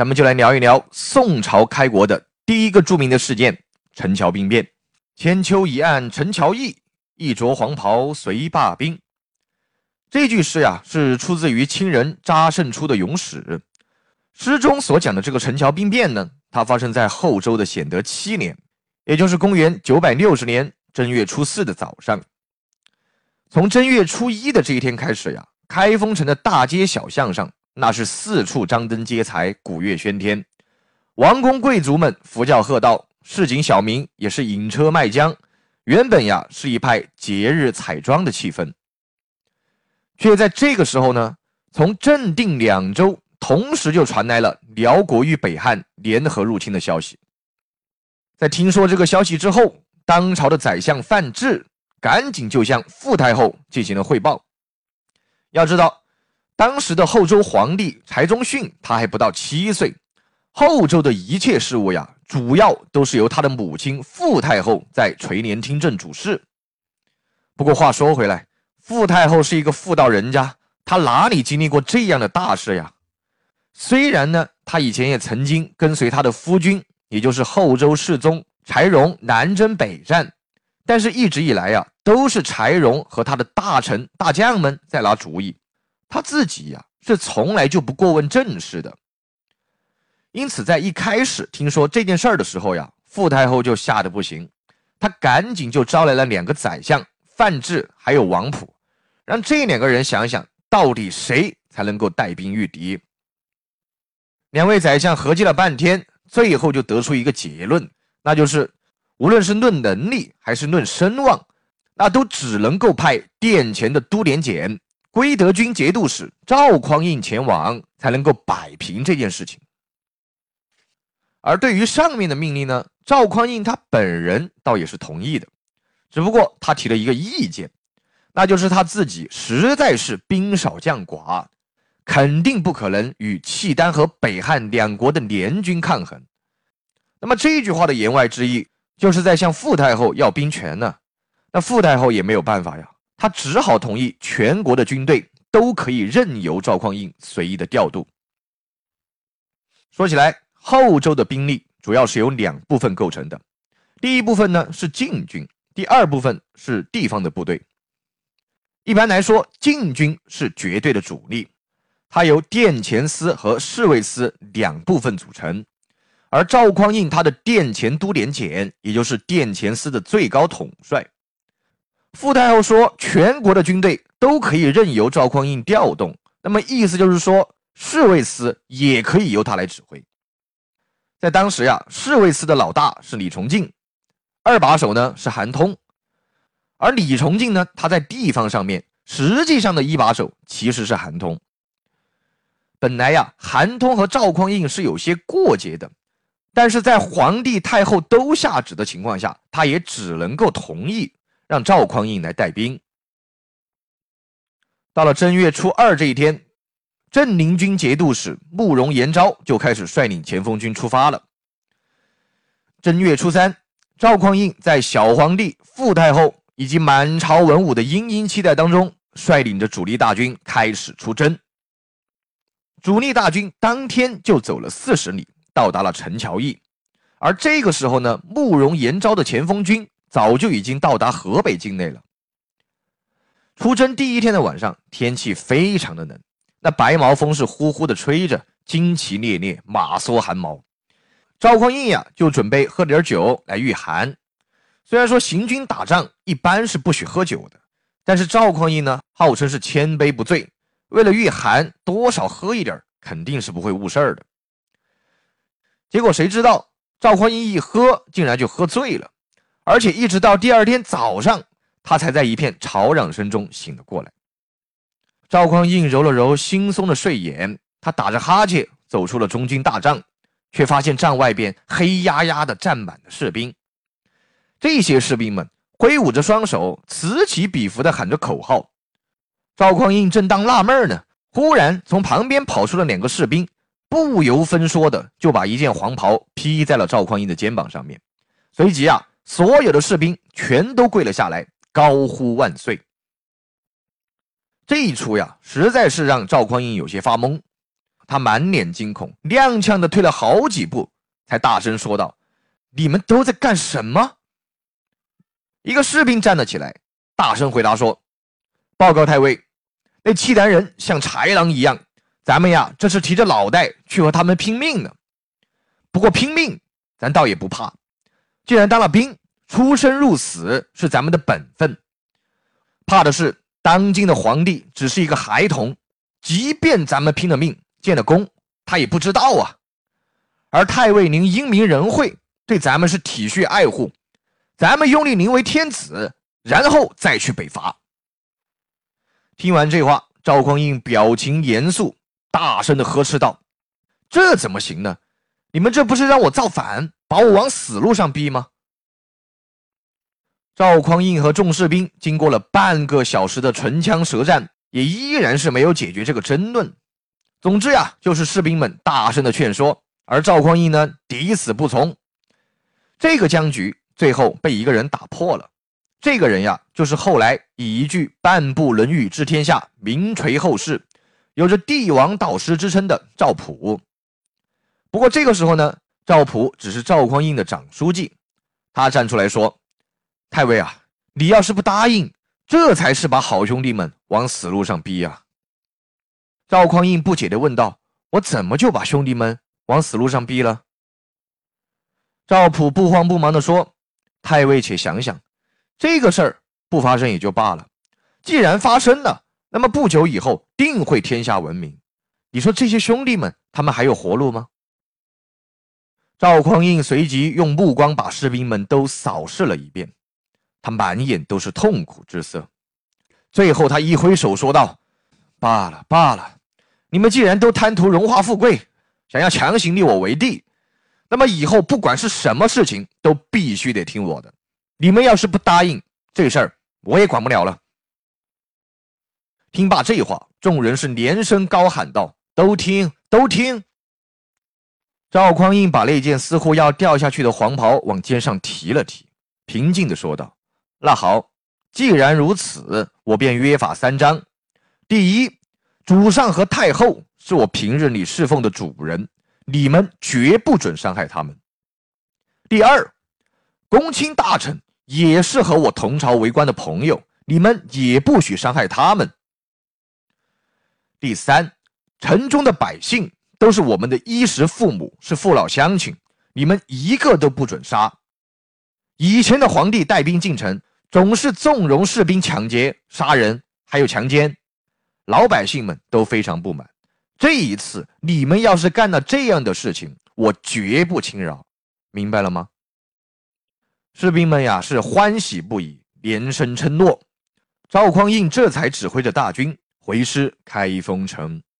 咱们就来聊一聊宋朝开国的第一个著名的事件——陈桥兵变。千秋已暗陈桥驿，一着黄袍随罢兵。这句诗呀，是出自于清人查慎初的《咏史》。诗中所讲的这个陈桥兵变呢，它发生在后周的显德7年，也就是公元960年正月初4的早上。从正月初1的这一天开始呀，开封城的大街小巷上，那是四处张灯结彩，鼓乐喧天。王公贵族们扶轿喝道，市井小民也是引车卖浆，原本呀是一派节日彩妆的气氛。却在这个时候呢，从正定2州同时就传来了辽国与北汉联合入侵的消息。在听说这个消息之后，当朝的宰相范质赶紧就向傅太后进行了汇报。要知道，当时的后周皇帝柴宗训他还不到7岁，后周的一切事务呀，主要都是由他的母亲傅太后在垂帘听政主事。不过话说回来，傅太后是一个妇道人家，她哪里经历过这样的大事呀？虽然呢，她以前也曾经跟随她的夫君，也就是后周世宗柴荣南征北战，但是一直以来呀，都是柴荣和他的大臣大将们在拿主意，他自己呀是从来就不过问政事的。因此在一开始听说这件事儿的时候呀，傅太后就吓得不行，她赶紧就招来了2个宰相范质还有王普，让这2个人想想到底谁才能够带兵御敌。2位宰相合计了半天，最后就得出一个结论，那就是无论是论能力还是论声望，那都只能够派殿前的都点检、归德军节度使赵匡胤前往，才能够摆平这件事情。而对于上面的命令呢，赵匡胤他本人倒也是同意的，只不过他提了一个意见，那就是他自己实在是兵少将寡，肯定不可能与契丹和北汉2国的联军抗衡。那么这句话的言外之意，就是在向傅太后要兵权呢。那傅太后也没有办法呀，她只好同意全国的军队都可以任由赵匡胤随意的调度。说起来，后周的兵力主要是由2部分构成的，第一部分呢是禁军，第二部分是地方的部队。一般来说，禁军是绝对的主力，它由殿前司和侍卫司2部分组成，而赵匡胤他的殿前都点检，也就是殿前司的最高统帅。傅太后说全国的军队都可以任由赵匡胤调动，那么意思就是说侍卫司也可以由他来指挥。在当时呀，侍卫司的老大是李崇敬，2把手呢是韩通，而李崇敬呢，他在地方上面实际上的1把手其实是韩通。本来呀，韩通和赵匡胤是有些过节的，但是在皇帝太后都下旨的情况下，他也只能够同意让赵匡胤来带兵。到了正月初2这一天，镇宁军节度使慕容延昭就开始率领前锋军出发了。正月初3，赵匡胤在小皇帝、傅太后以及满朝文武的殷殷期待当中，率领着主力大军开始出征。主力大军当天就走了40里，到达了陈桥驿。而这个时候呢，慕容延昭的前锋军早就已经到达河北境内了。出征第一天的晚上，天气非常的冷，那白毛风是呼呼的吹着，旌旗猎猎，马缩寒毛。赵匡胤呀，就准备喝点酒来御寒。虽然说行军打仗一般是不许喝酒的，但是赵匡胤呢，号称是千杯不醉，为了御寒，多少喝一点，肯定是不会误事儿的。结果谁知道赵匡胤一喝，竟然就喝醉了，而且一直到第2天早上，他才在一片吵嚷声中醒了过来。赵匡胤揉了揉惺忪的睡眼，他打着哈欠走出了中军大帐，却发现帐外边黑压压的站满了士兵。这些士兵们挥舞着双手，此起彼伏地喊着口号。赵匡胤正当纳闷呢，忽然从旁边跑出了2个士兵，不由分说的就把一件黄袍披在了赵匡胤的肩膀上面。随即啊，所有的士兵全都跪了下来，高呼万岁。这一出呀，实在是让赵匡胤有些发懵。 他满脸惊恐，踉跄地退了好几步，才大声说道：“你们都在干什么？”一个士兵站了起来，大声回答说：“报告太尉，那契丹人像豺狼一样，咱们呀这是提着脑袋去和他们拼命呢。不过拼命咱倒也不怕，既然当了兵，出生入死是咱们的本分。怕的是当今的皇帝只是一个孩童，即便咱们拼了命建了功，他也不知道啊。而太尉您英明仁惠，对咱们是体恤爱护，咱们拥立您为天子，然后再去北伐。”听完这话，赵匡胤表情严肃，大声地呵斥道：“这怎么行呢？你们这不是让我造反，把我往死路上逼吗？”赵匡胤和众士兵经过了半个小时的唇枪舌战，也依然是没有解决这个争论。总之呀，就是士兵们大声的劝说，而赵匡胤呢，抵死不从。这个僵局最后被一个人打破了。这个人呀，就是后来以一句半部《论语》治天下，名垂后世，有着帝王导师之称的赵普。不过这个时候呢，赵普只是赵匡胤的长书记，他站出来说：“太尉啊，你要是不答应，这才是把好兄弟们往死路上逼啊。”赵匡胤不解地问道：“我怎么就把兄弟们往死路上逼了？”赵普不慌不忙地说：“太尉且想想，这个事儿不发生也就罢了，既然发生了，那么不久以后定会天下闻名。你说这些兄弟们，他们还有活路吗？”赵匡胤随即用目光把士兵们都扫视了一遍，他满眼都是痛苦之色。最后他一挥手说道：“罢了罢了，你们既然都贪图荣华富贵，想要强行立我为帝，那么以后不管是什么事情都必须得听我的。你们要是不答应，这事儿我也管不了了。”听罢这话，众人是连声高喊道：“都听都听！”赵匡胤把那件似乎要掉下去的黄袍往肩上提了提，平静地说道：“那好，既然如此，我便约法三章。第一，主上和太后是我平日里侍奉的主人，你们绝不准伤害他们。第二，公卿大臣也是和我同朝为官的朋友，你们也不许伤害他们。第三，城中的百姓都是我们的衣食父母，是父老乡亲，你们一个都不准杀。以前的皇帝带兵进城，总是纵容士兵抢劫、杀人，还有强奸，老百姓们都非常不满。这一次你们要是干了这样的事情，我绝不轻饶，明白了吗？”士兵们呀是欢喜不已，连声称诺。赵匡胤这才指挥着大军回师开封城。